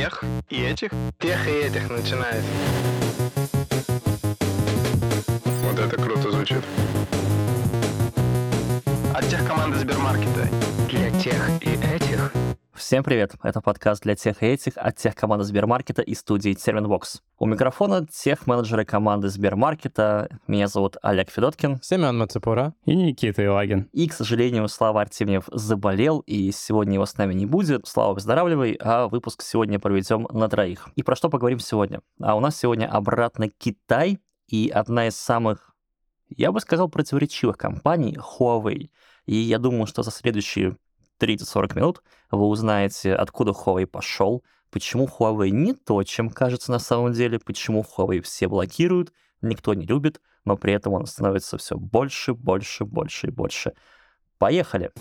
тех и этих? Тех и этих начинает. Вот это круто звучит. От техкоманды Сбермаркета. Для тех и этих. Всем привет! Это подкаст для тех и этих от техкоманды Сбермаркета и студии Терминвокс. У микрофона техменеджеры команды Сбермаркета. Меня зовут Олег Федоткин. Семен Мацепура. И Никита Илагин. И, к сожалению, Слава Артемьев заболел, и сегодня его с нами не будет. Слава, выздоравливай, а выпуск сегодня проведем на троих. И про что поговорим сегодня? А у нас сегодня обратно Китай и одна из самых, я бы сказал, противоречивых компаний Huawei. И я думаю, что за следующие 30-40 минут вы узнаете, откуда Huawei пошел, почему Huawei не то, чем кажется на самом деле, почему Huawei все блокируют, никто не любит, но при этом он становится все больше, больше, больше и больше. Поехали!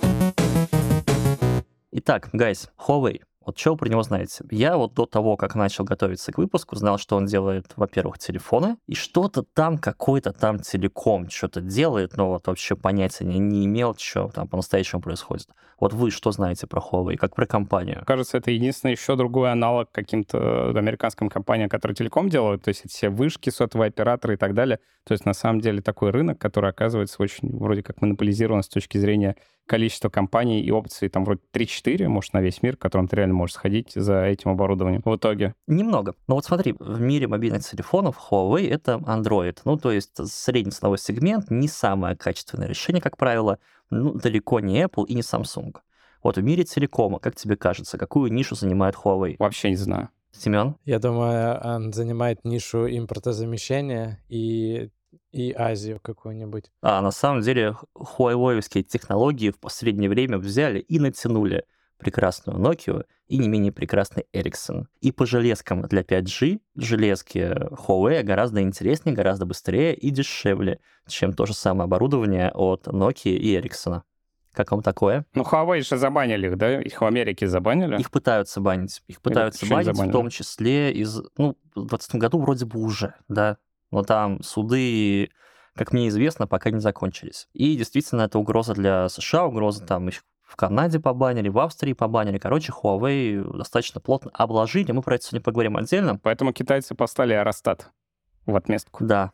Итак, guys, Huawei. Вот что вы про него знаете? Я вот до того, как начал готовиться к выпуску, знал, что он делает, во-первых, телефоны, и что-то там, какой-то там телеком что-то делает, но вот вообще понятия не имел, что там по-настоящему происходит. Вот вы что знаете про Huawei, как про компанию? Кажется, это единственный еще другой аналог каким-то американским компаниям, которые телеком делают, то есть это все вышки, сотовые операторы и так далее. То есть на самом деле такой рынок, который оказывается очень вроде как монополизирован с точки зрения количества компаний и опций, там вроде 3-4, может, на весь мир, к которым ты реально можешь сходить за этим оборудованием в итоге. Немного. Но вот смотри, в мире мобильных телефонов Huawei — это Android. Ну, то есть средний ценовой сегмент, не самое качественное решение, как правило, ну, далеко не Apple и не Samsung. Вот в мире телекома, как тебе кажется, какую нишу занимает Huawei? Вообще не знаю. Семен? Я думаю, он занимает нишу импортозамещения и Азию какую-нибудь. А на самом деле хуавеевские технологии в последнее время взяли и натянули прекрасную Nokia и не менее прекрасный Ericsson. И по железкам для 5G железки Huawei гораздо интереснее, гораздо быстрее и дешевле, чем то же самое оборудование от Nokia и Ericsson. Как вам такое? Ну, Huawei же забанили их, да? Их в Америке забанили. Их пытаются банить. Их пытаются банить, в том числе в 2020 году вроде бы уже, да. Но там суды, как мне известно, пока не закончились. И действительно, это угроза для США, угроза там их в Канаде побанили, в Австрии побанили. Короче, Huawei достаточно плотно обложили. Мы про это сегодня поговорим отдельно. Поэтому китайцы послали аэростат в отместку. Да.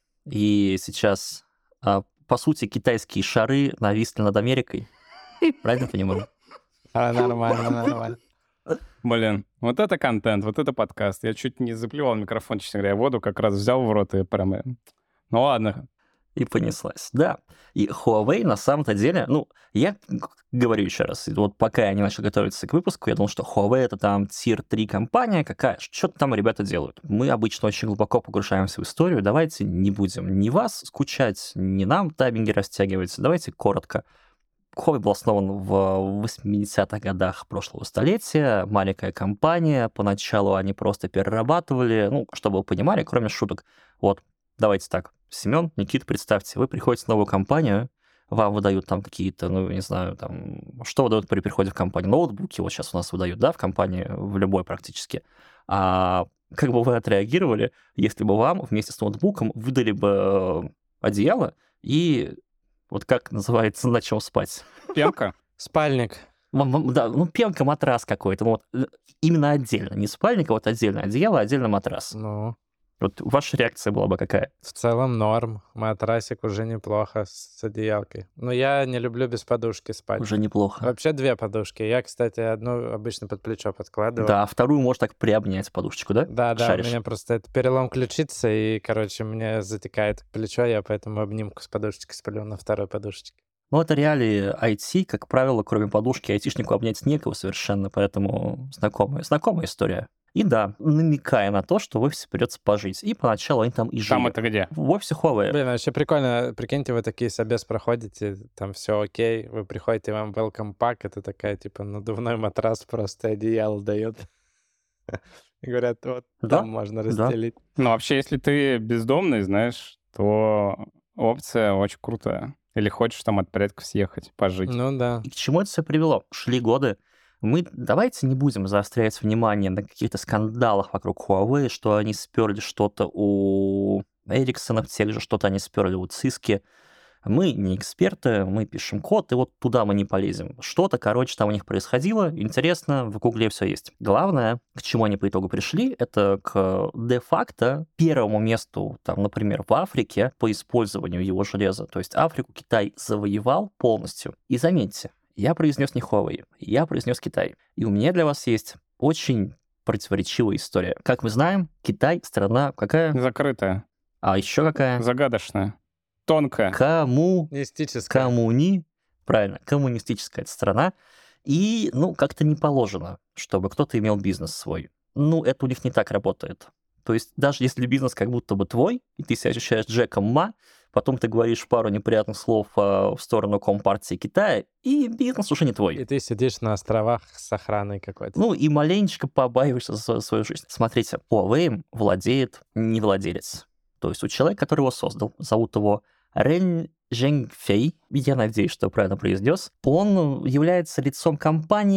И сейчас, по сути, китайские шары нависли над Америкой. Правильно понимаю? Нормально. Блин, вот это контент, вот это подкаст. Я чуть не заплевал микрофон, честно говоря, воду как раз взял в рот и прям... Ну ладно. И понеслась, да. И Huawei на самом-то деле, я говорю еще раз, вот пока я не начал готовиться к выпуску, я думал, что Huawei — это там Tier-3 компания какая, что-то там ребята делают. Мы обычно очень глубоко погружаемся в историю, давайте не будем ни вас скучать, ни нам тайминги растягивать, давайте коротко. Huawei был основан в 80-х годах прошлого столетия, маленькая компания, поначалу они просто перерабатывали, чтобы вы понимали, кроме шуток. Вот, давайте так, Семен, Никита, представьте, вы приходите в новую компанию, вам выдают там какие-то, что выдают при приходе в компанию? Ноутбуки вот сейчас у нас выдают, да, в компании, в любой практически. А как бы вы отреагировали, если бы вам вместе с ноутбуком выдали бы одеяло и... Вот как называется, на чем спать? Пенка? Спальник. Да, пенка, матрас какой-то. Вот именно отдельно. Не спальник, а вот отдельно одеяло, отдельно матрас. Вот ваша реакция была бы какая? В целом норм. Матрасик уже неплохо с одеялкой. Но я не люблю без подушки спать. Уже неплохо. Вообще 2 подушки. Я, кстати, одну обычно под плечо подкладываю. Да, а вторую можешь так приобнять подушечку, да? Да, Шаришь. у меня просто это перелом ключицы, и, мне затекает плечо, я поэтому обнимку с подушечкой сплю на второй подушечке. Это реалии IT, как правило, кроме подушки, айтишнику обнять некого совершенно, поэтому знакомая история. И да, намекая на то, что в офисе придется пожить. И поначалу они там и жили. Там это где? В офисе Huawei. Блин, вообще прикольно. Прикиньте, вы такие собес проходите, там все окей, вы приходите, вам welcome pack, это такая, надувной матрас, просто одеяло дают. И говорят, вот да? Там можно расстелить. Ну, вообще, если ты бездомный, знаешь, то опция очень крутая. Или хочешь там от предков съехать, пожить. Ну да. И к чему это все привело? Шли годы. Давайте не будем заострять внимание на каких-то скандалах вокруг Huawei, что они сперли что-то у Эриксонов, тех же что-то они сперли у Cisco. Мы не эксперты, мы пишем код, и вот туда мы не полезем. Что-то, короче, там у них происходило, интересно, в Гугле все есть. Главное, к чему они по итогу пришли, это к де-факто первому месту, там, например, в Африке по использованию его железа. То есть Африку Китай завоевал полностью. И заметьте, я произнес не Huawei, я произнес Китай. И у меня для вас есть очень противоречивая история. Как мы знаем, Китай страна какая? Закрытая, А еще какая? загадочная, тонкая. Мистическая. Правильно, коммунистическая страна. И, как-то не положено, чтобы кто-то имел бизнес свой. Это у них не так работает. То есть даже если бизнес как будто бы твой, и ты себя ощущаешь Джеком Ма, потом ты говоришь пару неприятных слов в сторону Компартии Китая, и бизнес уже не твой. И ты сидишь на островах с охраной какой-то. И маленечко побаиваешься за свою жизнь. Смотрите, Huawei владеет не владелец. То есть у человека, который его создал, зовут его Рен Жэньфэй, я надеюсь, что я правильно произнес, он является лицом компании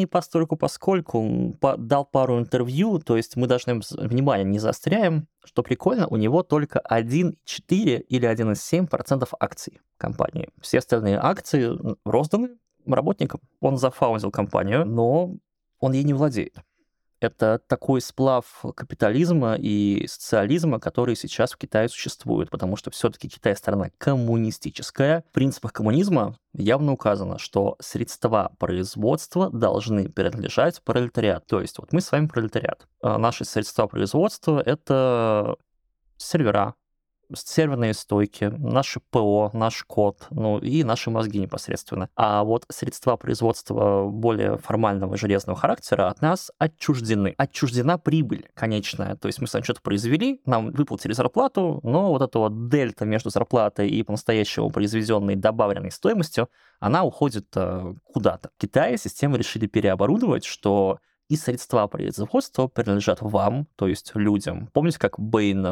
поскольку дал пару интервью, то есть мы даже внимание не заостряем, что прикольно, у него только 1,4 или 1,7% акций компании. Все остальные акции розданы работникам. Он зафаундил компанию, но он ей не владеет. Это такой сплав капитализма и социализма, который сейчас в Китае существует, потому что все-таки Китай страна коммунистическая. В принципах коммунизма явно указано, что средства производства должны принадлежать пролетариату. То есть вот мы с вами пролетариат. Наши средства производства — это сервера, серверные стойки, наши ПО, наш код, и наши мозги непосредственно. А вот средства производства более формального железного характера от нас отчуждены. Отчуждена прибыль конечная. То есть мы с вами что-то произвели, нам выплатили зарплату, но вот эта вот дельта между зарплатой и по-настоящему произведенной добавленной стоимостью, она уходит куда-то. В Китае систему решили переоборудовать, что и средства производства принадлежат вам, то есть людям. Помните, как Бэйн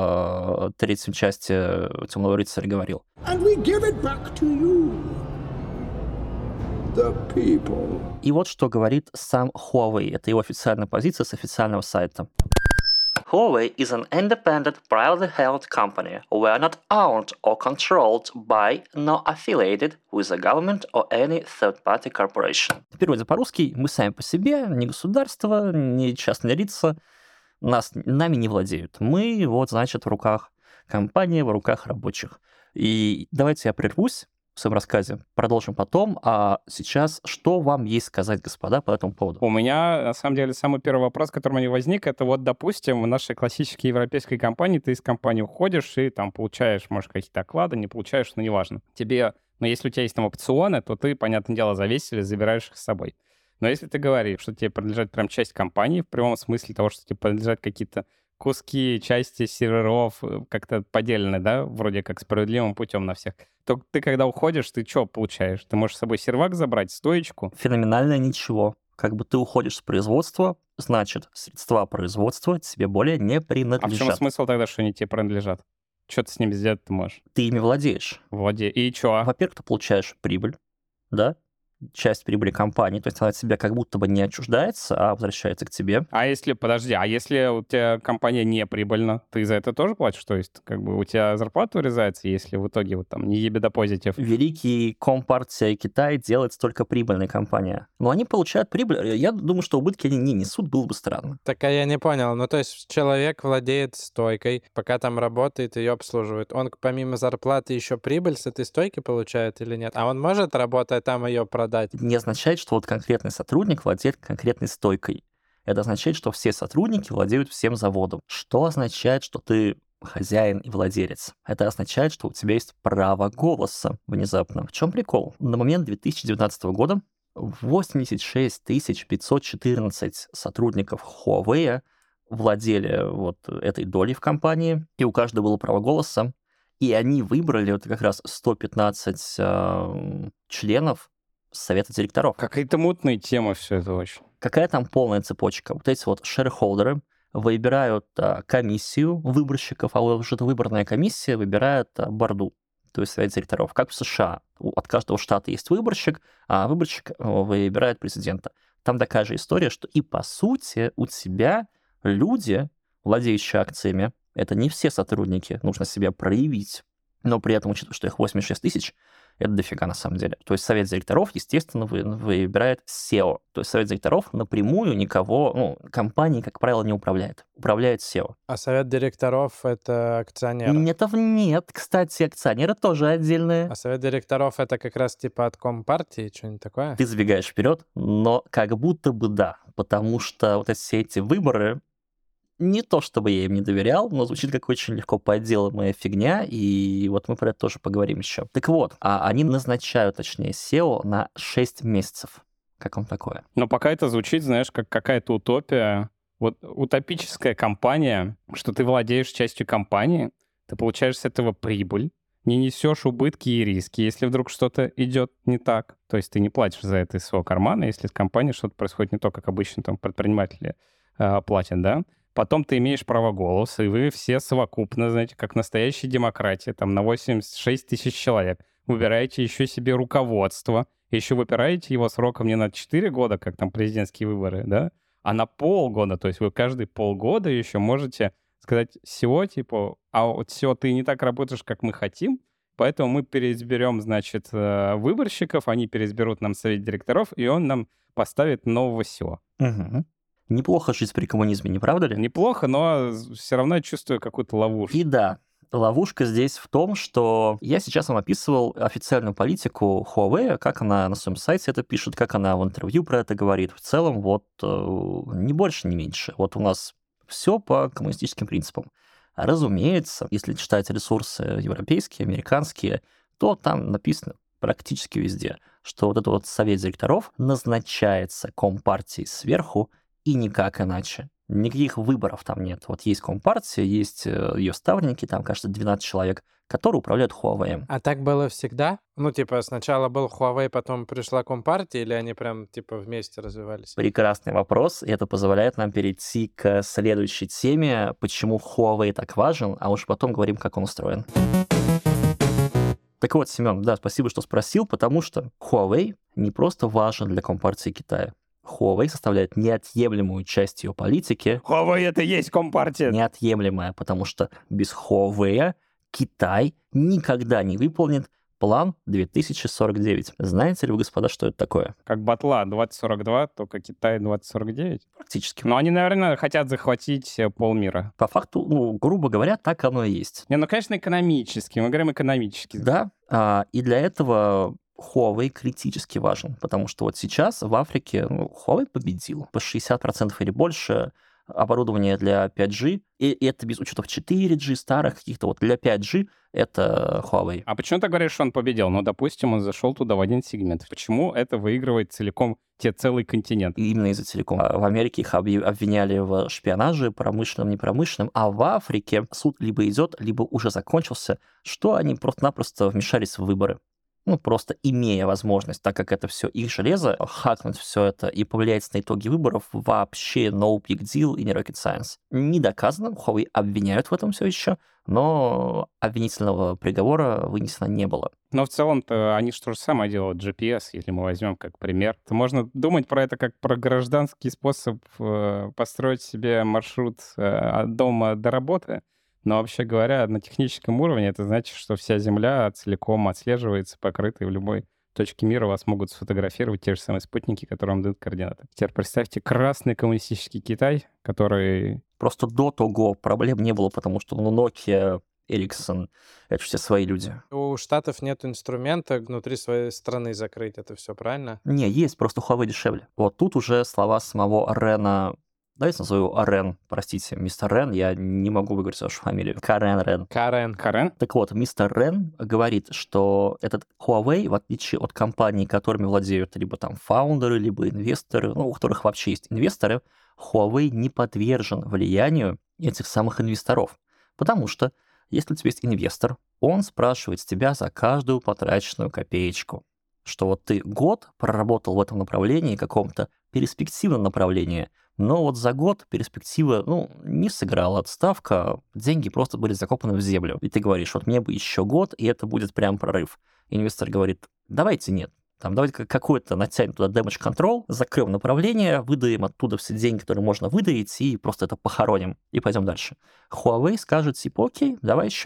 в третьей части «Темного рыцаря» говорил? And we give it back to you, the people. И вот что говорит сам Huawei. Это его официальная позиция с официального сайта. Huawei is an independent, privately held company. We are not owned or controlled by, nor affiliated with the government or any third-party corporation. В переводе по-русски, мы сами по себе, не государство, не частные лица, нами не владеют. Мы, в руках компании, в руках рабочих. И давайте я прервусь в своем рассказе, продолжим потом. А сейчас, что вам есть сказать, господа, по этому поводу? У меня, на самом деле, самый первый вопрос, который у меня возник, это вот, допустим, в нашей классической европейской компании ты из компании уходишь и там получаешь, может, какие-то оклады, не получаешь, но неважно. Но если у тебя есть там опционы, то ты, понятное дело, за веселе забираешь их с собой. Но если ты говоришь, что тебе принадлежит прям часть компании, в прямом смысле того, что тебе принадлежат какие-то куски, части серверов как-то поделены, да, вроде как справедливым путем на всех, то ты, когда уходишь, ты что получаешь? Ты можешь с собой сервак забрать, стоечку? Феноменально ничего. Как бы ты уходишь с производства, значит, средства производства тебе более не принадлежат. А в чем смысл тогда, что они тебе принадлежат? Что ты с ними сделать ты можешь? Ты ими владеешь. И что? Во-первых, ты получаешь прибыль, да? Часть прибыли компании, то есть она от тебя как будто бы не отчуждается, а возвращается к тебе. А если у тебя компания не прибыльна, ты за это тоже платишь? То есть как бы у тебя зарплата урезается, если в итоге вот там не ебедопозитив? Великий Компартия Китай делает только прибыльная компания. Но они получают прибыль. Я думаю, что убытки они не несут, было бы странно. Так, а я не понял. То есть человек владеет стойкой, пока там работает, ее обслуживает. Он помимо зарплаты еще прибыль с этой стойки получает или нет? А он может, работая там, ее продать? Не означает, что вот конкретный сотрудник владеет конкретной стойкой. Это означает, что все сотрудники владеют всем заводом. Что означает, что ты хозяин и владелец? Это означает, что у тебя есть право голоса внезапно. В чем прикол? На момент 2019 года 86 514 сотрудников Huawei владели вот этой долей в компании, и у каждого было право голоса. И они выбрали вот как раз 115 членов совета директоров. Какая-то мутная тема все это очень. Какая там полная цепочка? Вот эти вот шерхолдеры выбирают комиссию выборщиков, а уже эта выборная комиссия выбирает борду, то есть совет директоров. Как в США. От каждого штата есть выборщик, а выборщик выбирает президента. Там такая же история, что и по сути у тебя люди, владеющие акциями, это не все сотрудники, нужно себя проявить. но при этом, учитывая, что их 86 тысяч, это дофига на самом деле. То есть совет директоров, естественно, выбирает SEO. То есть совет директоров напрямую никого, компании, как правило, не управляет. Управляет SEO. А совет директоров — это акционеры. Нет, кстати, акционеры тоже отдельные. А совет директоров — это как раз типа от Компартии, что-нибудь такое? Ты забегаешь вперед, но как будто бы да, потому что вот все эти выборы, не то чтобы я им не доверял, но звучит как очень легко подделанная фигня, и вот мы про это тоже поговорим еще. Так вот, они назначают, точнее, SEO на 6 месяцев. Как вам такое? Но пока это звучит, знаешь, как какая-то утопия. Вот утопическая компания, что ты владеешь частью компании, ты получаешь с этого прибыль, не несешь убытки и риски, если вдруг что-то идет не так. То есть ты не платишь за это из своего кармана, если с компанией что-то происходит не то, как обычно там предприниматели платят, да? Потом ты имеешь право голоса, и вы все совокупно, знаете, как настоящая демократия, там на 86 тысяч человек, выбираете еще себе руководство, еще выбираете его сроком не на 4 года, как там президентские выборы, да, а на полгода. То есть вы каждые полгода еще можете сказать SEO, типа, а вот SEO, ты не так работаешь, как мы хотим, поэтому мы переизберем, значит, выборщиков, они переизберут нам совет директоров, и он нам поставит нового SEO. Угу. Неплохо жить при коммунизме, не правда ли? Неплохо, но все равно я чувствую какую-то ловушку. И да, ловушка здесь в том, что я сейчас вам описывал официальную политику Huawei, как она на своем сайте это пишет, как она в интервью про это говорит. В целом, вот ни больше, ни меньше. Вот у нас все по коммунистическим принципам. Разумеется, если читать ресурсы европейские, американские, то там написано практически везде, что вот этот вот совет директоров назначается Компартией сверху, и никак иначе. Никаких выборов там нет. Вот есть Компартия, есть ее ставленники, там, кажется, 12 человек, которые управляют Huawei. А так было всегда? Ну, типа, сначала был Huawei, потом пришла Компартия, или они прям, типа, вместе развивались? Прекрасный вопрос, и это позволяет нам перейти к следующей теме, почему Huawei так важен, а уж потом говорим, как он устроен. Так вот, Семен, да, спасибо, что спросил, потому что Huawei не просто важен для Компартии Китая. Huawei составляет неотъемлемую часть ее политики. Huawei — это есть Компартия. Неотъемлемая, потому что без Huawei Китай никогда не выполнит план 2049. Знаете ли вы, господа, что это такое? Как батла 2042, только Китай 2049. Практически. Но они, наверное, хотят захватить полмира. По факту, грубо говоря, так оно и есть. Не, конечно, экономически. Мы говорим экономически. Да, и для этого Huawei критически важен, потому что вот сейчас в Африке Huawei победил. По 60% или больше оборудования для 5G, и это без учетов 4G, старых каких-то, вот для 5G это Huawei. А почему ты говоришь, что он победил? Ну, допустим, он зашел туда в один сегмент. Почему это выигрывает целиком целый континент? И именно из-за телеком. В Америке их обвиняли в шпионаже, промышленном, непромышленном, а в Африке суд либо идет, либо уже закончился, что они просто-напросто вмешались в выборы. Просто имея возможность, так как это все их железо, хакнуть все это и повлиять на итоги выборов, вообще no big deal и не rocket science. Не доказано, Huawei обвиняют в этом все еще, но обвинительного приговора вынесено не было. Но в целом-то они же то же самое делают, GPS, если мы возьмем как пример. То можно думать про это как про гражданский способ построить себе маршрут от дома до работы. Но вообще говоря, на техническом уровне это значит, что вся Земля целиком отслеживается, покрыта, и в любой точке мира вас могут сфотографировать те же самые спутники, которые вам дают координаты. Теперь представьте красный коммунистический Китай, который... Просто до того проблем не было, потому что Nokia, Ericsson — это все свои люди. У Штатов нет инструмента внутри своей страны закрыть это все, правильно? Не, есть, просто Huawei дешевле. Вот тут уже слова самого Рена... Давайте назову Рен, простите, мистер Рен, я не могу выговорить вашу фамилию. Карен Рен. Карен. Так вот, мистер Рен говорит, что этот Huawei, в отличие от компаний, которыми владеют либо там фаундеры, либо инвесторы, у которых вообще есть инвесторы, Huawei не подвержен влиянию этих самых инвесторов. Потому что, если у тебя есть инвестор, он спрашивает с тебя за каждую потраченную копеечку. Что вот ты год проработал в этом направлении, каком-то перспективном направлении, но вот за год перспектива, не сыграла отставка, деньги просто были закопаны в землю. И ты говоришь, вот мне бы еще год, и это будет прям прорыв. Инвестор говорит, давайте нет. Давайте какой-то натянем туда damage control, закроем направление, выдаем оттуда все деньги, которые можно выдаить, и просто это похороним, и пойдем дальше. Huawei скажет, окей, давай еще год.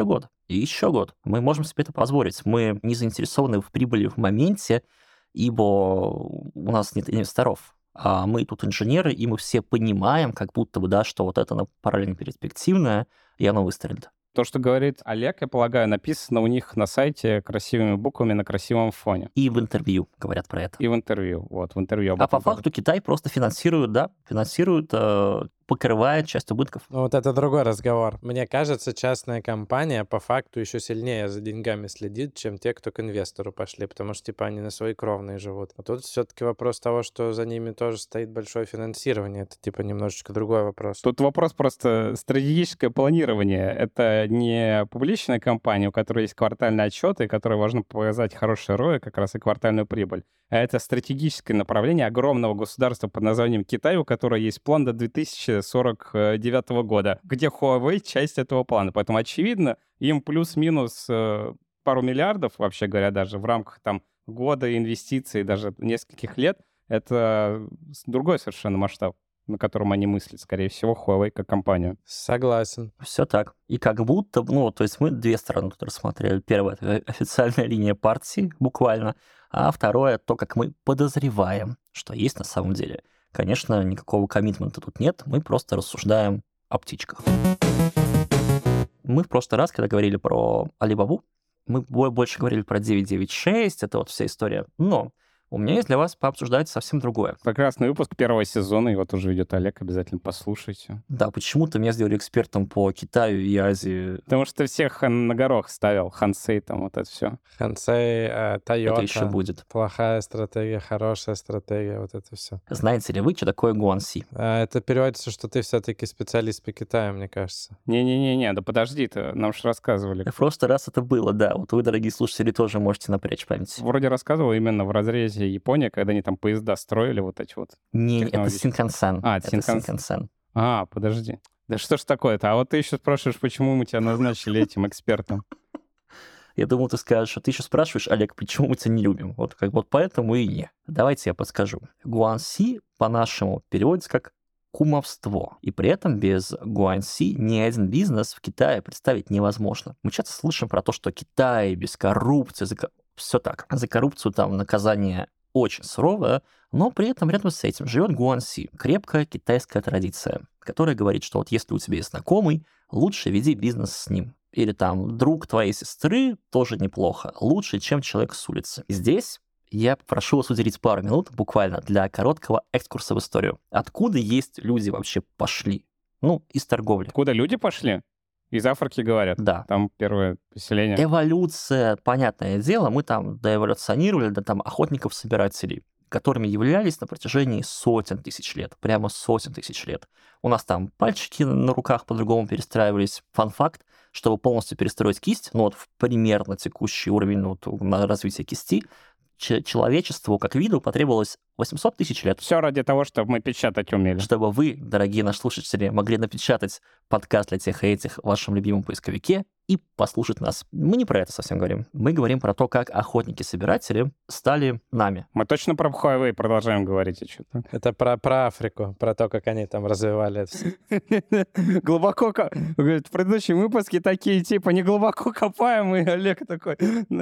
и еще год. Мы можем себе это позволить. Мы не заинтересованы в прибыли в моменте, ибо у нас нет инвесторов. А мы тут инженеры, и мы все понимаем, как будто бы, да, что вот это параллельно перспективное, и оно выстрелит. То, что говорит Олег, я полагаю, написано у них на сайте красивыми буквами на красивом фоне. И в интервью говорят про это. И в интервью. Вот, в интервью об А этом по факту Китай просто финансирует, покрывает часть убытков. Ну, вот это другой разговор. Мне кажется, частная компания по факту еще сильнее за деньгами следит, чем те, кто к инвестору пошли, потому что, типа, они на свои кровные живут. А тут все-таки вопрос того, что за ними тоже стоит большое финансирование. Это, типа, немножечко другой вопрос. Тут вопрос просто стратегическое планирование. Это не публичная компания, у которой есть квартальные отчеты, которой важно показать хороший ROI, как раз и квартальную прибыль. А это стратегическое направление огромного государства под названием Китай, у которого есть план до 2049 года, где Huawei часть этого плана. Поэтому, очевидно, им плюс-минус пару миллиардов, вообще говоря, даже в рамках там года инвестиций, даже нескольких лет, это другой совершенно масштаб, на котором они мыслят, скорее всего, Huawei как компанию. Согласен. Все так. И как будто, то есть мы две стороны тут рассмотрели. Первая — это официальная линия партии, буквально, а второе — то, как мы подозреваем, что есть на самом деле. Конечно, никакого коммитмента тут нет, мы просто рассуждаем о птичках. Мы в прошлый раз, когда говорили про Alibaba, мы больше говорили про 996, это вот вся история. Но у меня есть для вас пообсуждать совсем другое. Прекрасный выпуск первого сезона, и вот уже идет Олег, обязательно послушайте. Да, почему-то меня сделали экспертом по Китаю и Азии. Потому что ты всех на горох ставил, Хансей там, вот это все. Хансей, Toyota. Это еще будет. Плохая стратегия, хорошая стратегия, вот это все. Знаете ли вы, что такое Гуанси? Это переводится, что ты все-таки специалист по Китаю, мне кажется. Не-не-не, да подожди ты, нам же рассказывали. В прошлый раз это было, да. Вот вы, дорогие слушатели, тоже можете напрячь память. Вроде рассказывал именно в разрезе Япония, когда они там поезда строили, вот эти вот. Не, это технологии. Синкансен. А, это Синкансен. Синкансен. Подожди. Да что ж такое-то? А вот ты еще спрашиваешь, почему мы тебя назначили этим экспертом? Я думал, ты скажешь, а ты еще спрашиваешь, Олег, почему мы тебя не любим? Вот поэтому и не. Давайте я подскажу. Гуанси по-нашему переводится как кумовство. И при этом без гуанси ни один бизнес в Китае представить невозможно. Мы часто слышим про то, что Китай без коррупции, все так. За коррупцию там наказание очень суровое, но при этом рядом с этим живет гуанси, крепкая китайская традиция, которая говорит, что вот если у тебя есть знакомый, лучше веди бизнес с ним. Или там друг твоей сестры тоже неплохо, лучше, чем человек с улицы. И здесь я прошу вас уделить пару минут буквально для короткого экскурса в историю. Откуда есть люди вообще пошли? Из торговли. Откуда люди пошли? Из Африки, говорят. Да. Там первое поселение. Эволюция, понятное дело, мы там доэволюционировали до там охотников-собирателей, которыми являлись на протяжении сотен тысяч лет, прямо сотен тысяч лет. У нас там пальчики на руках по-другому перестраивались. Фан-факт, чтобы полностью перестроить кисть, в примерно текущий уровень на развитие кисти, человечеству как виду потребовалось 800 тысяч лет. Все ради того, чтобы мы печатать умели. Чтобы вы, дорогие наши слушатели, могли напечатать подкаст для тех и этих в вашем любимом поисковике и послушать нас. Мы не про это совсем говорим. Мы говорим про то, как охотники-собиратели стали нами. Мы точно про Huawei продолжаем говорить. Это про Африку, про то, как они там развивали это все. Глубоко... Говорит, в предыдущем выпуске такие типа не глубоко копаем, и Олег такой...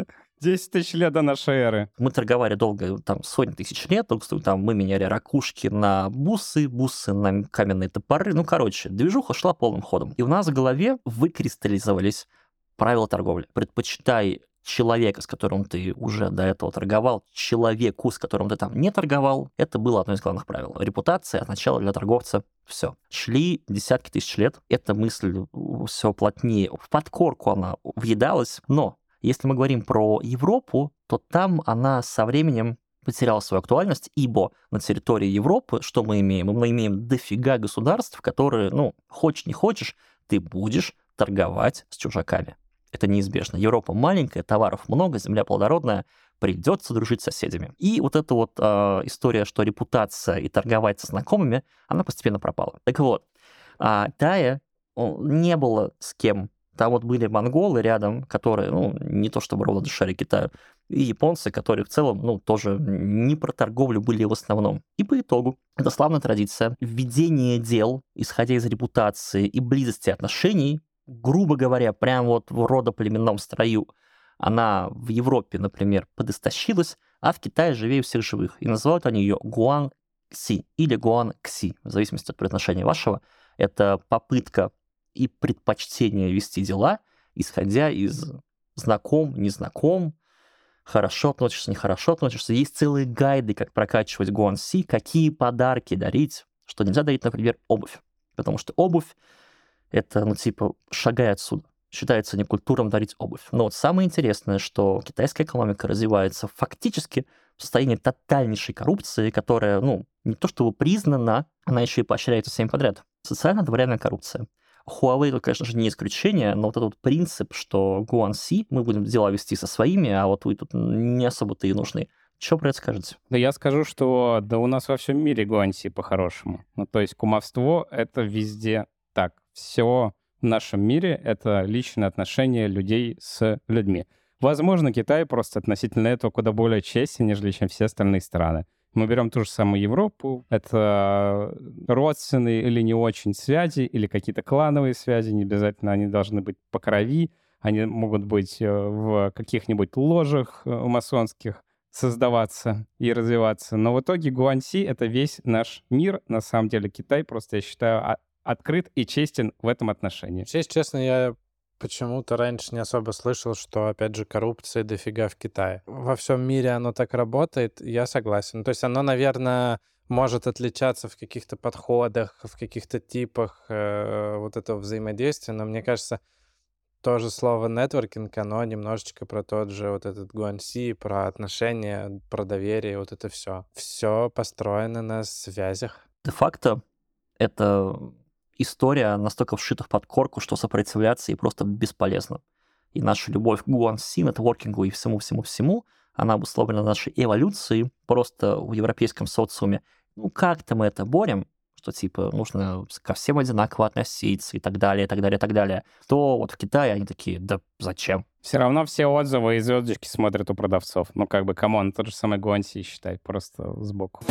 10 тысяч лет до нашей эры. Мы торговали долго, там, сотни тысяч лет, там мы меняли ракушки на бусы на каменные топоры. Движуха шла полным ходом. И у нас в голове выкристаллизовались правила торговли. Предпочитай человека, с которым ты уже до этого торговал, человеку, с которым ты там не торговал. Это было одно из главных правил. Репутация от начала для торговца. Все. Шли десятки тысяч лет. Эта мысль все плотнее в подкорку она въедалась, но если мы говорим про Европу, то там она со временем потеряла свою актуальность, ибо на территории Европы что мы имеем? Мы имеем дофига государств, которые, хочешь не хочешь, ты будешь торговать с чужаками. Это неизбежно. Европа маленькая, товаров много, земля плодородная, придется дружить с соседями. И вот эта вот история, что репутация и торговать со знакомыми, она постепенно пропала. Так вот, Тая не было с кем. Там вот были монголы рядом, которые, не то чтобы ровно дышали Китаю, и японцы, которые в целом, тоже не про торговлю были в основном. И по итогу, это славная традиция, введение дел, исходя из репутации и близости отношений, грубо говоря, прям вот в родоплеменном строю, она в Европе, например, подистощилась, а в Китае живее всех живых. И называют они ее Гуанкси или Гуанкси, в зависимости от произношения вашего. Это попытка и предпочтение вести дела, исходя из знаком, незнаком, хорошо относишься, нехорошо относишься. Есть целые гайды, как прокачивать Гуанси, какие подарки дарить, что нельзя дарить, например, обувь. Потому что обувь — это, шагай отсюда. Считается некультурным дарить обувь. Но вот самое интересное, что китайская экономика развивается фактически в состоянии тотальнейшей коррупции, которая, не то чтобы признана, она еще и поощряется всем подряд. Социально-дворянная коррупция. Huawei, тут, конечно же, не исключение, но вот этот вот принцип, что Гуанси, мы будем дела вести со своими, а вот вы тут не особо-то и нужны. Что про это скажете? Да я скажу, что у нас во всем мире гуанси по-хорошему. То есть кумовство — это везде так. Все в нашем мире — это личные отношения людей с людьми. Возможно, Китай просто относительно этого куда более честен, нежели чем все остальные страны. Мы берем ту же самую Европу, это родственные или не очень связи, или какие-то клановые связи, не обязательно они должны быть по крови, они могут быть в каких-нибудь ложах масонских, создаваться и развиваться. Но в итоге Гуанси — это весь наш мир. На самом деле Китай просто, я считаю, открыт и честен в этом отношении. Если честно, я почему-то раньше не особо слышал, что, опять же, коррупция дофига в Китае. Во всем мире оно так работает, я согласен. То есть оно, наверное, может отличаться в каких-то подходах, в каких-то типах вот этого взаимодействия, но мне кажется, то же слово нетворкинг, оно немножечко про тот же вот этот гуанси, про отношения, про доверие, вот это все. Все построено на связях. Де-факто это история настолько вшита в подкорку, что сопротивляться ей просто бесполезно. И наша любовь к гуанси, нетворкингу и всему-всему-всему, она обусловлена нашей эволюцией просто в европейском социуме. Как-то мы это борем, что, нужно ко всем одинаково относиться и так далее, и так далее, и так далее. То вот в Китае они такие, да зачем? Все равно все отзывы и звездочки смотрят у продавцов. Камон, тот же самый гуанси, считай, просто сбоку.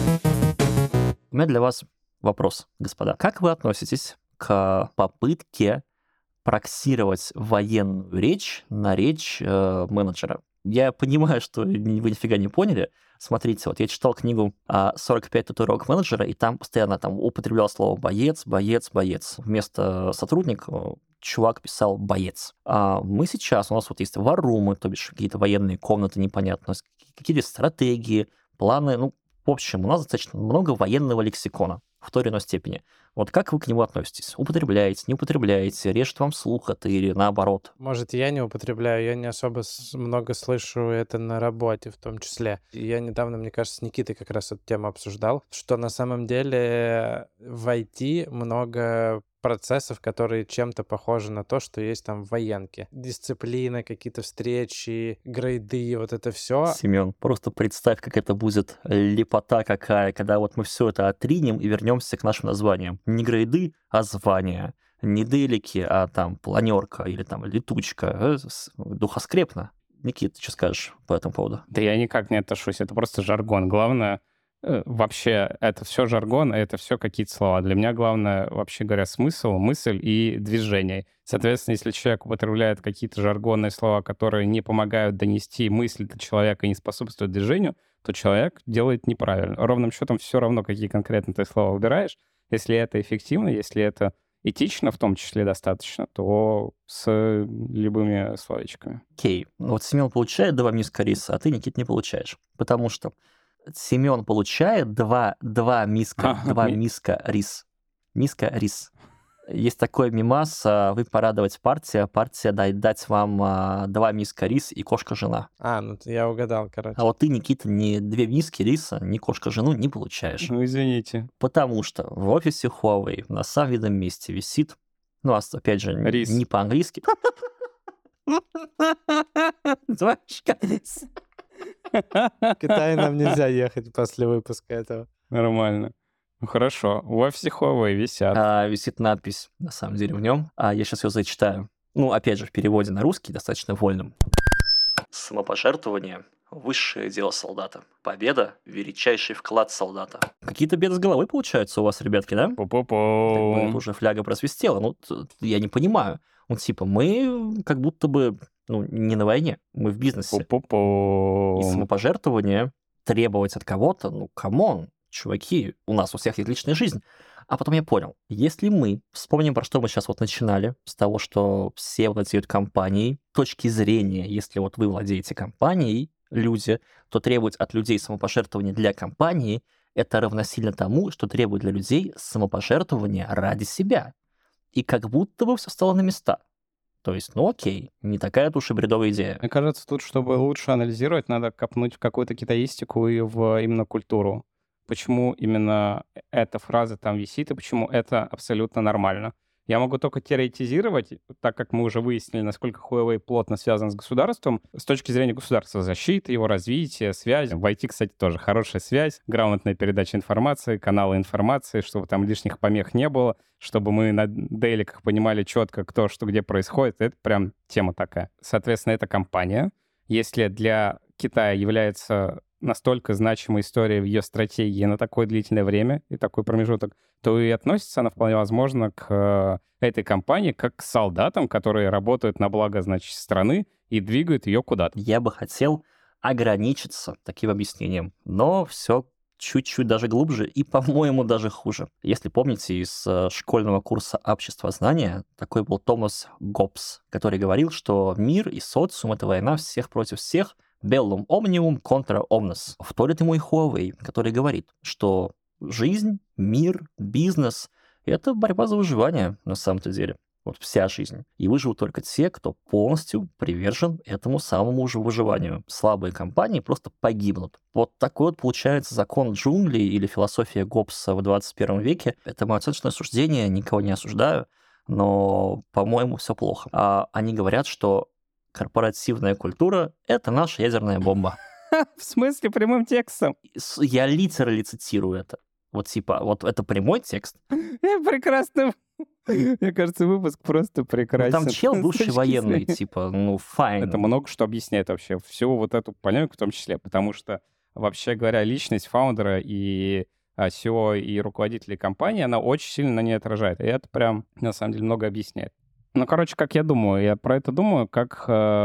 У меня для вас вопрос, господа. Как вы относитесь к попытке проксировать военную речь на речь менеджера? Я понимаю, что вы нифига не поняли. Смотрите, вот я читал книгу «45 татуировок менеджера», и там постоянно употреблял слово «боец», «боец», «боец». Вместо «сотрудник» чувак писал «боец». А мы сейчас, у нас вот есть варрумы, то бишь какие-то военные комнаты непонятно, какие-то стратегии, планы. В общем, у нас достаточно много военного лексикона в той или иной степени. Вот как вы к нему относитесь? Употребляете, не употребляете? Режет вам слух это или наоборот? Может, я не употребляю, я не особо много слышу это на работе в том числе. Я недавно, мне кажется, с Никитой как раз эту тему обсуждал, что на самом деле в IT много процессов, которые чем-то похожи на то, что есть там в военке. Дисциплина, какие-то встречи, грейды, вот это все. Семен, просто представь, как это будет лепота какая, когда вот мы все это отринем и вернемся к нашим названиям. Не грейды, а звания. Не делики, а там планерка или там летучка. Духоскрепно. Никит, ты что скажешь по этому поводу? Да я никак не отношусь, это просто жаргон. Главное, вообще, это все жаргон, это все какие-то слова. Для меня главное, вообще говоря, смысл, мысль и движение. Соответственно, если человек употребляет какие-то жаргонные слова, которые не помогают донести мысль до человека и не способствуют движению, то человек делает неправильно. Ровным счетом все равно, какие конкретно ты слова выбираешь. Если это эффективно, если это этично, в том числе достаточно, то с любыми словечками. Окей. Вот Семен получает 2 миска риса, а ты, Никит, не получаешь. Потому что Семен получает 2 миска рис. Миска рис. Есть такой мимас, вы порадовать партия дать вам 2 миска рис и кошка-жена. Я угадал, короче. А вот ты, Никита, ни 2 миски риса, ни кошка-жену не получаешь. Извините. Потому что в офисе Huawei на самом видном месте висит, опять же, рис. Не по-английски. В Китай нам нельзя ехать после выпуска этого. Нормально. Хорошо. В офисе Huawei висят. Висит надпись, на самом деле, в нем. Я сейчас ее зачитаю. Опять же, в переводе на русский, достаточно вольным. Самопожертвование высшее дело солдата. Победа — величайший вклад солдата. Какие-то беды с головой получаются у вас, ребятки, да? Так бы это уже фляга просвистела. Ну, я не понимаю. Вот типа мы как будто бы не на войне, мы в бизнесе. И самопожертвование требовать от кого-то, камон, чуваки, у нас у всех есть личная жизнь. А потом я понял, если мы вспомним, про что мы сейчас начинали, с того, что все владеют компанией, точки зрения, если вы владеете компанией, люди, то требовать от людей самопожертвования для компании — это равносильно тому, что требует для людей самопожертвования ради себя. И как будто бы все стало на места. То есть, окей, не такая уж и бредовая идея. Мне кажется, тут, чтобы лучше анализировать, надо копнуть в какую-то китаистику и в именно культуру. Почему именно эта фраза там висит и почему это абсолютно нормально. Я могу только теоретизировать, так как мы уже выяснили, насколько Huawei плотно связан с государством, с точки зрения государства, защиты, его развития, связи. В IT, кстати, тоже хорошая связь, грамотная передача информации, каналы информации, чтобы там лишних помех не было, чтобы мы на дейликах понимали четко, кто что где происходит. Это прям тема такая. Соответственно, эта компания, если для Китая является настолько значимая история в ее стратегии на такое длительное время и такой промежуток, то и относится она вполне возможно к этой компании как к солдатам, которые работают на благо, страны и двигают ее куда-то. Я бы хотел ограничиться таким объяснением, но все чуть-чуть даже глубже и, по-моему, даже хуже. Если помните, из школьного курса «Общество знания» такой был Томас Гоббс, который говорил, что мир и социум — это война всех против всех, Bellum omnium contra omnes. Вторит ему и Huawei, который говорит, что жизнь, мир, бизнес — это борьба за выживание на самом-то деле. Вся жизнь. И выживут только те, кто полностью привержен этому самому же выживанию. Слабые компании просто погибнут. Такой получается закон джунглей или философия Гоббса в 21 веке. Это мое оценочное суждение, никого не осуждаю, но, по-моему, все плохо. Они говорят, что корпоративная культура — это наша ядерная бомба. В смысле, прямым текстом? Я литерально цитирую это. Это прямой текст. Прекрасно. Мне кажется, выпуск просто прекрасен. Там чел бывший военный, файн. Это много что объясняет вообще всю эту полемику в том числе, потому что, вообще говоря, личность фаундера и CEO и руководителей компании, она очень сильно на ней отражает. И это прям, на самом деле, много объясняет. Как я думаю, я про это думаю, как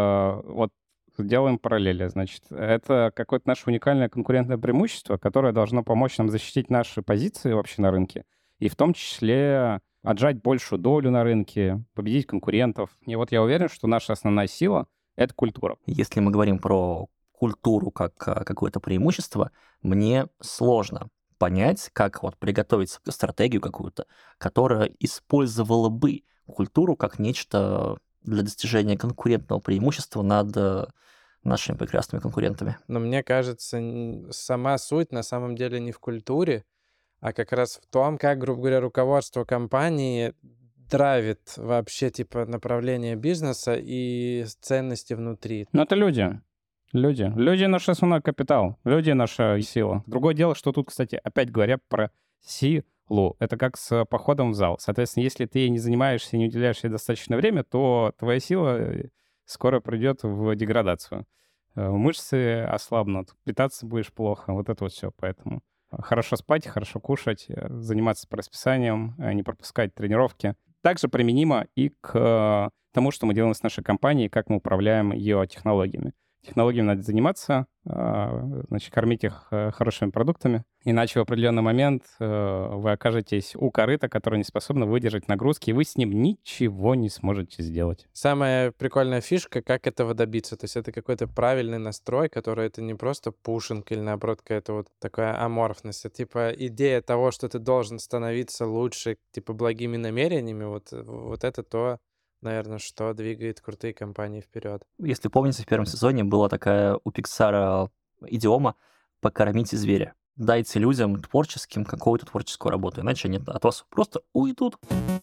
делаем параллели, это какое-то наше уникальное конкурентное преимущество, которое должно помочь нам защитить наши позиции вообще на рынке, и в том числе отжать большую долю на рынке, победить конкурентов. И я уверен, что наша основная сила — это культура. Если мы говорим про культуру как какое-то преимущество, мне сложно понять, как приготовить стратегию какую-то, которая использовала бы культуру как нечто для достижения конкурентного преимущества над нашими прекрасными конкурентами. Но мне кажется, сама суть на самом деле не в культуре, а как раз в том, как, грубо говоря, руководство компании драйвит вообще направление бизнеса и ценности внутри. Но это люди. Люди — наш основной капитал. Люди — наша сила. Другое дело, что тут, кстати, опять говоря про силу. Это как с походом в зал. Соответственно, если ты не занимаешься и не уделяешь ей достаточно время, то твоя сила скоро придет в деградацию. Мышцы ослабнут, питаться будешь плохо. Это все. Поэтому хорошо спать, хорошо кушать, заниматься по расписаниям, не пропускать тренировки. Также применимо и к тому, что мы делаем с нашей компанией, как мы управляем ее технологиями. Технологиями надо заниматься, кормить их хорошими продуктами. Иначе в определенный момент вы окажетесь у корыта, который не способна выдержать нагрузки, и вы с ним ничего не сможете сделать. Самая прикольная фишка, как этого добиться. То есть это какой-то правильный настрой, который это не просто пушинг или, наоборот, какая-то такая аморфность. А идея того, что ты должен становиться лучше, благими намерениями, это то, наверное, что двигает крутые компании вперед. Если помните, в первом сезоне была такая у Pixar идиома «покормите зверя». Дайте людям творческим какую-то творческую работу, иначе они от вас просто уйдут.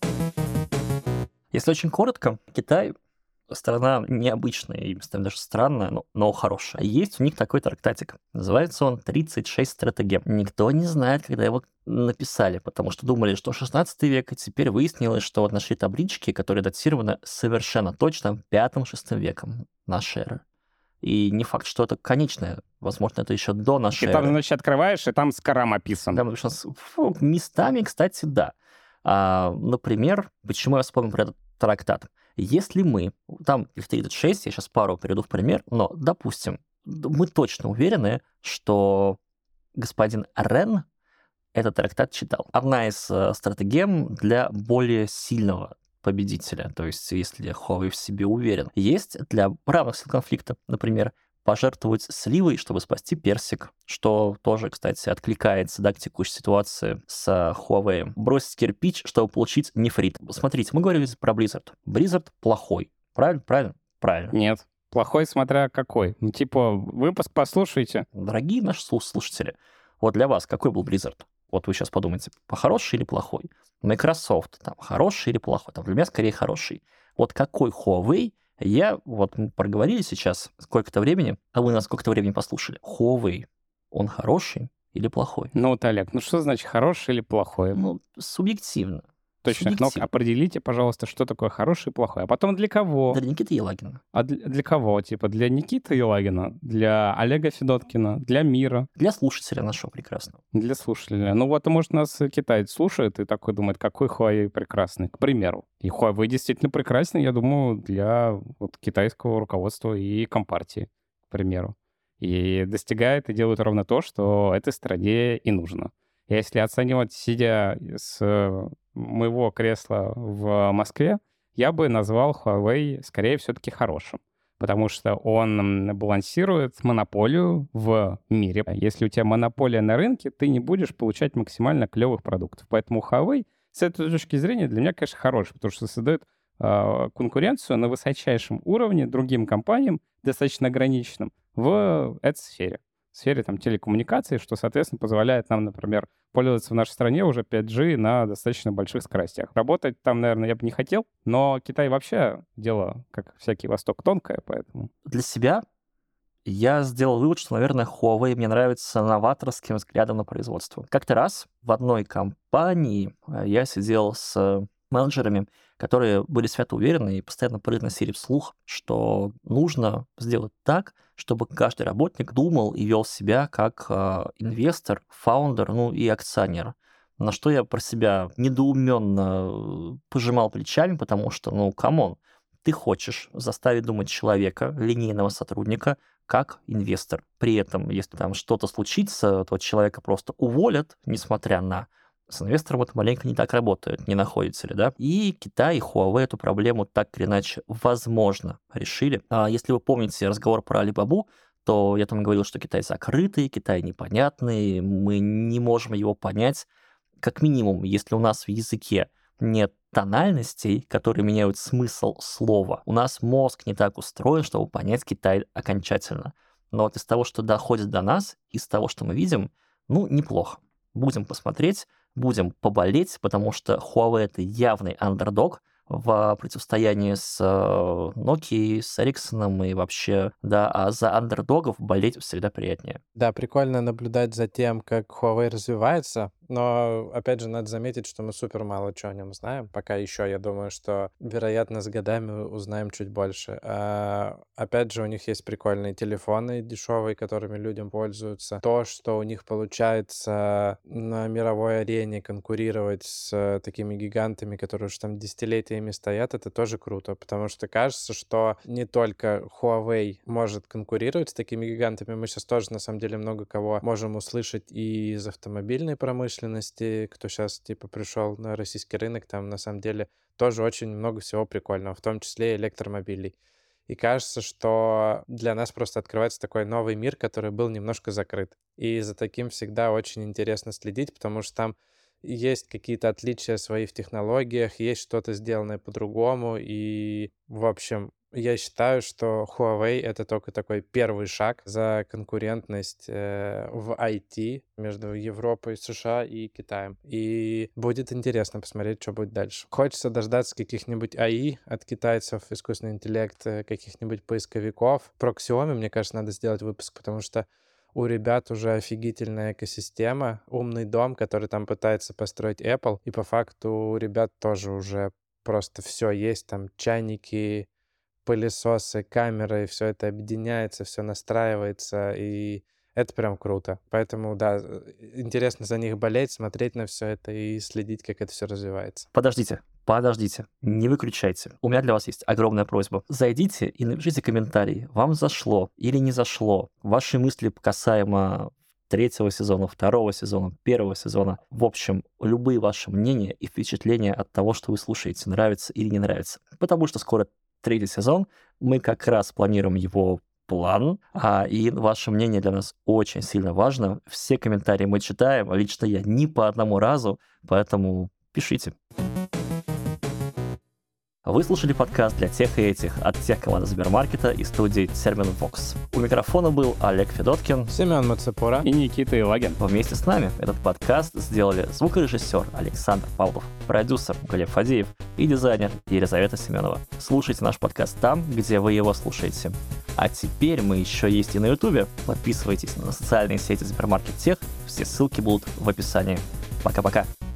Если очень коротко, Китай страна необычная, и местами даже странная, но хорошая. Есть у них такой трактатик. Называется он «36 стратегем». Никто не знает, когда его написали, потому что думали, что 16 век, и теперь выяснилось, что нашли таблички, которые датированы совершенно точно 5-6 веком нашей эры. И не факт, что это конечное. Возможно, это еще до нашей И там, эры. значит, открываешь, и там Скарам описан. Там, местами, кстати, да. Например, почему я вспомнил про этот трактат? Если мы, там их 36, я сейчас пару приведу в пример, но, допустим, мы точно уверены, что господин Рен этот трактат читал. Одна из стратегем для более сильного победителя, то есть если Huawei в себе уверен. Есть для равных сил конфликта, например, пожертвовать сливой, чтобы спасти персик, что тоже, кстати, откликается, да, к текущей ситуации с Huawei. Бросить кирпич, чтобы получить нефрит. Смотрите, мы говорили про Blizzard. Blizzard плохой. Правильно? Правильно? Правильно. Нет. Плохой, смотря какой. Ну, типа, выпуск послушайте. Дорогие наши слушатели, вот для вас какой был Blizzard? Вот вы сейчас подумайте, хороший или плохой? Microsoft, там, хороший или плохой? Там, для меня скорее хороший. Вот какой Huawei? Вот мы проговорили сейчас сколько-то времени, а вы нас сколько-то времени послушали. Huawei, он хороший или плохой? Ну вот, Олег, ну что значит хороший или плохой? Ну, субъективно. Точных ног определите, пожалуйста, что такое хороший и плохой. А потом для кого? Для Никиты Елагина. А для кого? Типа для Никиты Елагина, для Олега Федоткина, для мира, Для слушателя нашего прекрасного. для слушателя. Ну вот, может, нас китаец слушает и такой думает, какой Huawei прекрасный, к примеру. И Huawei действительно прекрасный, я думаю, для вот китайского руководства и компартии, к примеру. И достигает и делает ровно то, что этой стране и нужно. Если оценивать, сидя с моего кресла в Москве, я бы назвал Huawei скорее все-таки хорошим, потому что он балансирует монополию в мире. Если у тебя монополия на рынке, ты не будешь получать максимально клевых продуктов. Поэтому Huawei с этой точки зрения для меня, конечно, хороший, потому что создает конкуренцию на высочайшем уровне другим компаниям, достаточно ограниченным, в этой сфере. В сфере там, телекоммуникаций, что, соответственно, позволяет нам, например, пользоваться в нашей стране уже 5G на достаточно больших скоростях. Работать там, наверное, я бы не хотел, но Китай вообще дело, как всякий Восток, тонкое, поэтому... Для себя я сделал вывод, что, наверное, Huawei мне нравится новаторским взглядом на производство. Как-то раз в одной компании я сидел с менеджерами, которые были свято уверены и постоянно произносили вслух, что нужно сделать так, чтобы каждый работник думал и вел себя как инвестор, фаундер, ну и акционер. На что я про себя недоуменно пожимал плечами, потому что, ну, камон, ты хочешь заставить думать человека, линейного сотрудника, как инвестор. При этом, если там что-то случится, то человека просто уволят, несмотря на... С инвестором это маленько не так работает, не находите ли, да? И Китай и Huawei эту проблему так или иначе, возможно, решили. Если вы помните разговор про Alibaba, то я там говорил, что Китай закрытый, Китай непонятный, мы не можем его понять. Как минимум, если у нас в языке нет тональностей, которые меняют смысл слова, у нас мозг не так устроен, чтобы понять Китай окончательно. Но вот из того, что доходит до нас, из того, что мы видим, ну, неплохо. Будем посмотреть, будем поболеть, потому что Huawei — это явный андердог в противостоянии с Nokia, с Ericsson и вообще, да, а за андердогов болеть всегда приятнее. Да, прикольно наблюдать за тем, как Huawei развивается, но, опять же, надо заметить, что мы супер мало чего о нем знаем. Пока еще, я думаю, что, вероятно, с годами узнаем чуть больше. Опять же, у них есть прикольные телефоны дешевые, которыми людям пользуются. То, что у них получается на мировой арене конкурировать с такими гигантами, которые уж там десятилетиями стоят, это тоже круто, потому что кажется, что не только Huawei может конкурировать с такими гигантами, мы сейчас тоже, на самом деле, много кого можем услышать и из автомобильной промышленности, кто сейчас, типа, пришел на российский рынок, там, на самом деле, тоже очень много всего прикольного, в том числе и электромобилей. И кажется, что для нас просто открывается такой новый мир, который был немножко закрыт. И за таким всегда очень интересно следить, потому что там есть какие-то отличия свои в технологиях, есть что-то сделанное по-другому. И, в общем, я считаю, что Huawei — это только такой первый шаг за конкурентность в IT между Европой, США и Китаем. И будет интересно посмотреть, что будет дальше. Хочется дождаться каких-нибудь АИ от китайцев, искусственный интеллект, каких-нибудь поисковиков. Про Xiaomi, мне кажется, надо сделать выпуск, потому что у ребят уже офигительная экосистема, умный дом, который там пытается построить Apple, и по факту у ребят тоже уже просто все есть, там чайники, пылесосы, камеры, все это объединяется, все настраивается, и это прям круто. Поэтому, да, интересно за них болеть, смотреть на все это и следить, как это все развивается. Подождите, не выключайте. У меня для вас есть огромная просьба. Зайдите и напишите комментарий. Вам зашло или не зашло? Ваши мысли касаемо 3-го сезона, 2-го сезона, 1-го сезона. В общем, любые ваши мнения и впечатления от того, что вы слушаете, нравится или не нравится. Потому что скоро 3-й сезон, мы как раз планируем его план, и ваше мнение для нас очень сильно важно. Все комментарии мы читаем, лично я ни по одному разу, поэтому пишите. Вы слушали подкаст «Для тех и этих» от тех-команды Сбермаркета и студии Terminvox. У микрофона был Олег Федоткин, Семен Мацепура И Никита Илагин. Вместе с нами этот подкаст сделали звукорежиссер Александр Павлов, продюсер Глеб Фадеев и дизайнер Елизавета Семенова. Слушайте наш подкаст там, где вы его слушаете. А теперь мы еще есть и на Ютубе. Подписывайтесь на социальные сети Сбермаркет Тех. Все ссылки будут в описании. Пока-пока.